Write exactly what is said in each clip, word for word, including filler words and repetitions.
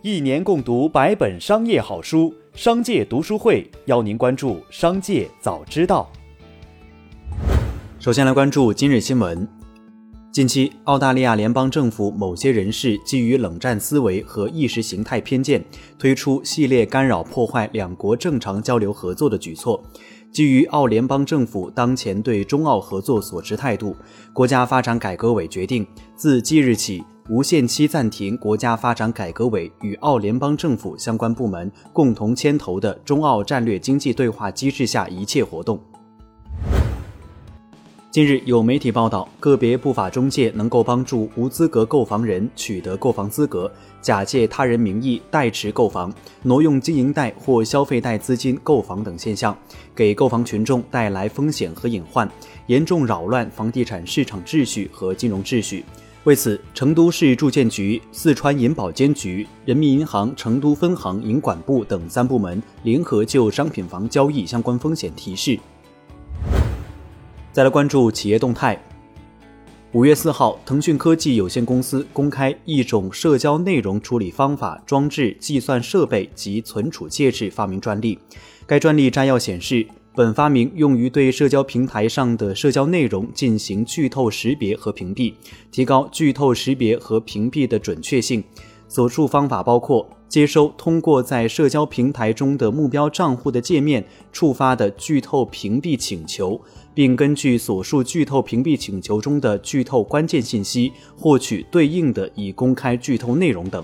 一年共读百本商业好书，商界读书会邀您关注商界早知道。 首先来关注今日新闻。近期，澳大利亚联邦政府某些人士基于冷战思维和意识形态偏见，推出系列干扰破坏两国正常交流合作的举措。基于澳联邦政府当前对中澳合作所持态度，国家发展改革委决定自即日起无限期暂停国家发展改革委与澳联邦政府相关部门共同牵头的中澳战略经济对话机制下一切活动。近日有媒体报道，个别不法中介能够帮助无资格购房人取得购房资格，假借他人名义代持购房，挪用经营贷或消费贷资金购房等现象，给购房群众带来风险和隐患，严重扰乱房地产市场秩序和金融秩序。为此，成都市住建局、四川银保监局、人民银行成都分行银管部等三部门联合就商品房交易相关风险提示。再来关注企业动态。五月四号，腾讯科技有限公司公开一种社交内容处理方法装置计算设备及存储介质发明专利。该专利摘要显示，本发明用于对社交平台上的社交内容进行剧透识别和屏蔽，提高剧透识别和屏蔽的准确性。所述方法包括接收通过在社交平台中的目标账户的界面触发的剧透屏蔽请求，并根据所述剧透屏蔽请求中的剧透关键信息获取对应的已公开剧透内容等。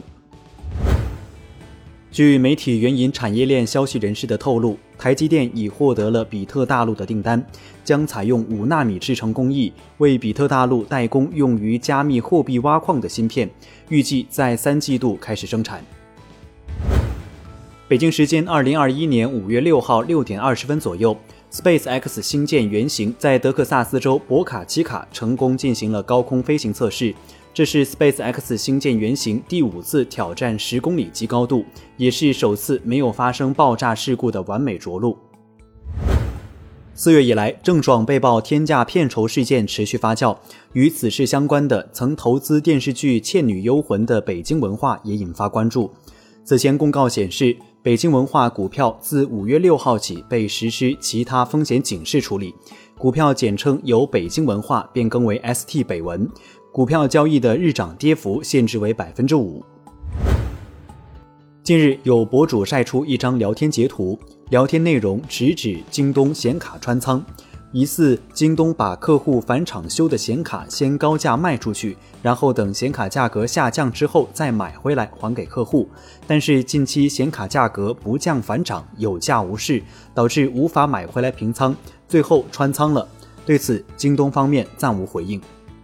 据媒体援引产业链消息人士的透露，台积电已获得了比特大陆的订单，将采用五纳米制程工艺为比特大陆代工用于加密货币挖矿的芯片，预计在三季度开始生产。北京时间二零二一年五月六号六点二十分左右， SpaceX 星舰原型在德克萨斯州博卡奇卡成功进行了高空飞行测试。这是 SpaceX 星舰原型第五次挑战十公里级高度，也是首次没有发生爆炸事故的完美着陆。四月以来，郑爽被曝天价片酬事件持续发酵，与此事相关的曾投资电视剧《倩女幽魂》的北京文化也引发关注。此前公告显示，北京文化股票自五月六号起被实施其他风险警示处理，股票简称由北京文化变更为 S T 北文，股票交易的日涨跌幅限制为 百分之五。 近日有博主晒出一张聊天截图，聊天内容直指京东显卡穿仓，疑似京东把客户返厂修的显卡先高价卖出去，然后等显卡价格下降之后再买回来还给客户，但是近期显卡价格不降反涨，有价无市，导致无法买回来平仓，最后穿仓了。对此，京东方面暂无回应。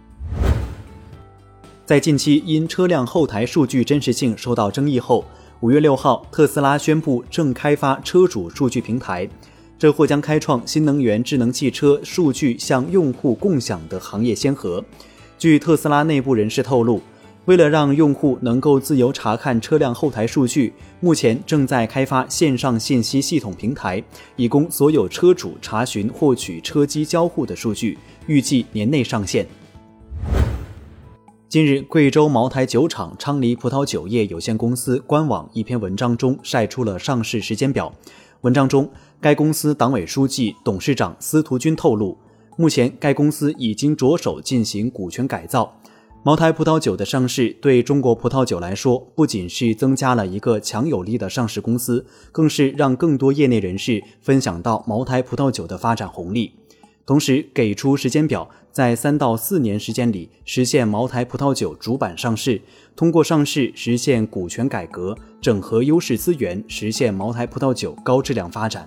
在近期因车辆后台数据真实性受到争议后，五月六号，特斯拉宣布正开发车主数据平台，这或将开创新能源智能汽车数据向用户共享的行业先河。据特斯拉内部人士透露，为了让用户能够自由查看车辆后台数据，目前正在开发线上信息系统平台，以供所有车主查询获取车机交互的数据，预计年内上线。近日，贵州茅台酒厂昌黎葡萄酒业有限公司官网一篇文章中晒出了上市时间表。文章中，该公司党委书记、董事长司徒军透露，目前该公司已经着手进行股权改造。茅台葡萄酒的上市对中国葡萄酒来说，不仅是增加了一个强有力的上市公司，更是让更多业内人士分享到茅台葡萄酒的发展红利。同时给出时间表，在三到四年时间里实现茅台葡萄酒主板上市，通过上市实现股权改革，整合优势资源，实现茅台葡萄酒高质量发展。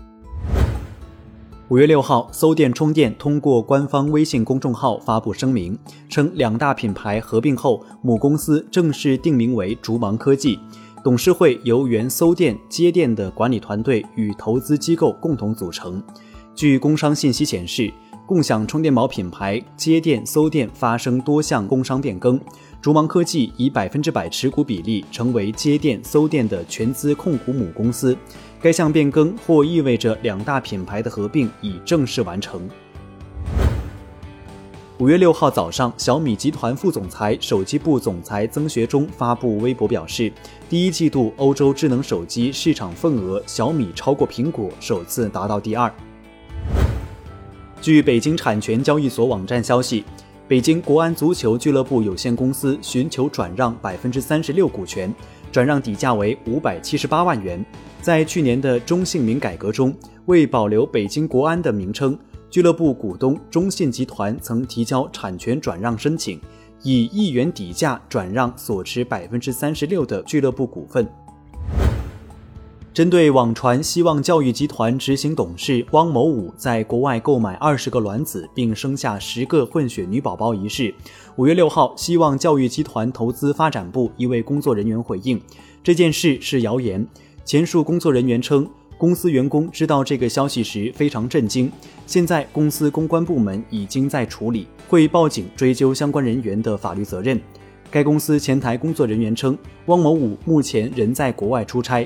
五月六号，搜电充电通过官方微信公众号发布声明，称两大品牌合并后，母公司正式定名为竹芒科技，董事会由原搜电接电的管理团队与投资机构共同组成。据工商信息显示，共享充电宝品牌接电、搜电发生多项工商变更，竹芒科技以百分之百持股比例成为接电、搜电的全资控股母公司。该项变更或意味着两大品牌的合并已正式完成。 五月六号早上，小米集团副总裁、手机部总裁曾学忠发布微博表示，第一季度欧洲智能手机市场份额，小米超过苹果，首次达到第二。据北京产权交易所网站消息，北京国安足球俱乐部有限公司寻求转让 百分之三十六 股权，转让底价为五百七十八万元。在去年的中姓名改革中，为保留北京国安的名称，俱乐部股东中信集团曾提交产权转让申请，以一元底价转让所持 百分之三十六 的俱乐部股份。针对网传希望教育集团执行董事汪某武在国外购买二十个卵子并生下十个混血女宝宝一事，五月六号，希望教育集团投资发展部一位工作人员回应，这件事是谣言。前述工作人员称，公司员工知道这个消息时非常震惊，现在公司公关部门已经在处理，会报警追究相关人员的法律责任。该公司前台工作人员称，汪某武目前人在国外出差。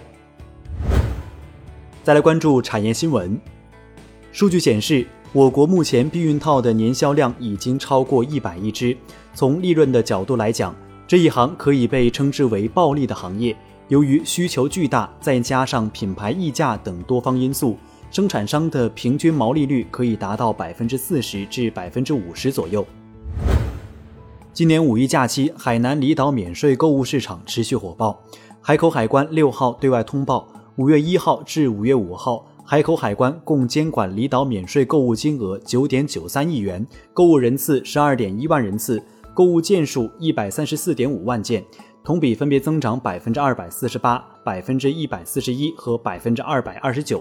再来关注产业新闻。数据显示，我国目前避孕套的年销量已经超过一百亿只。从利润的角度来讲，这一行可以被称之为暴利的行业。由于需求巨大，再加上品牌溢价等多方因素，生产商的平均毛利率可以达到 百分之四十 至 百分之五十 左右。今年五一假期，海南离岛免税购物市场持续火爆。海口海关六号对外通报，五月一号至五月五号，海口海关共监管离岛免税购物金额 九点九三亿元，购物人次 十二点一万人次，购物件数 一百三十四点五万件，同比分别增长 百分之二百四十八、百分之一百四十一 和 百分之二百二十九。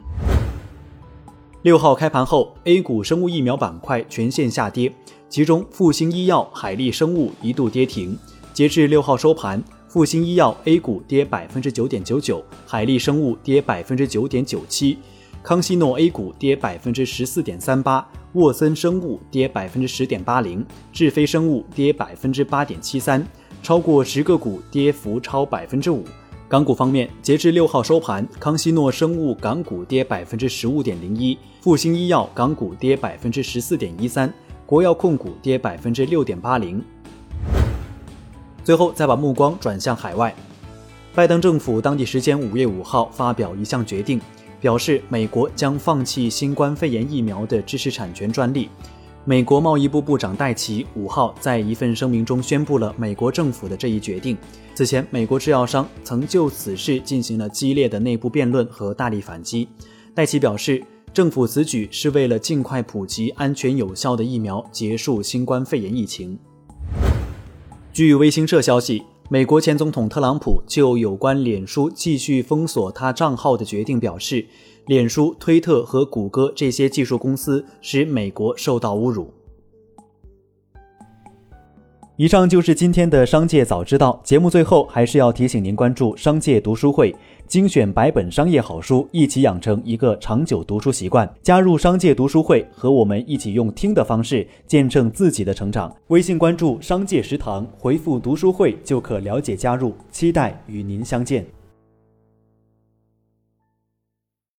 六号开盘后 ，A 股生物疫苗板块全线下跌，其中复星医药、海力生物一度跌停。截至六号收盘，复星医药 A 股跌 百分之九点九九， 海力生物跌 百分之九点九七， 康希诺 A 股跌 百分之十四点三八， 沃森生物跌 百分之十点八零， 智飞生物跌 百分之八点七三， 超过十个股跌幅超 百分之五。港股方面，截至六号收盘，康希诺生物港股跌 百分之十五点零一， 复星医药港股跌 百分之十四点一三， 国药控股跌 百分之六点八零。最后再把目光转向海外，拜登政府当地时间五月五号发表一项决定，表示美国将放弃新冠肺炎疫苗的知识产权专利。美国贸易部部长戴奇五号在一份声明中宣布了美国政府的这一决定。此前，美国制药商曾就此事进行了激烈的内部辩论和大力反击。戴奇表示，政府此举是为了尽快普及安全有效的疫苗，结束新冠肺炎疫情。据卫星社消息，美国前总统特朗普就有关脸书继续封锁他账号的决定表示，脸书、推特和谷歌这些技术公司使美国受到侮辱。 以上就是今天的商界早知道，节目最后还是要提醒您关注商界读书会，精选百本商业好书，一起养成一个长久读书习惯。加入商界读书会，和我们一起用听的方式见证自己的成长。微信关注商界食堂，回复读书会就可了解加入，期待与您相见。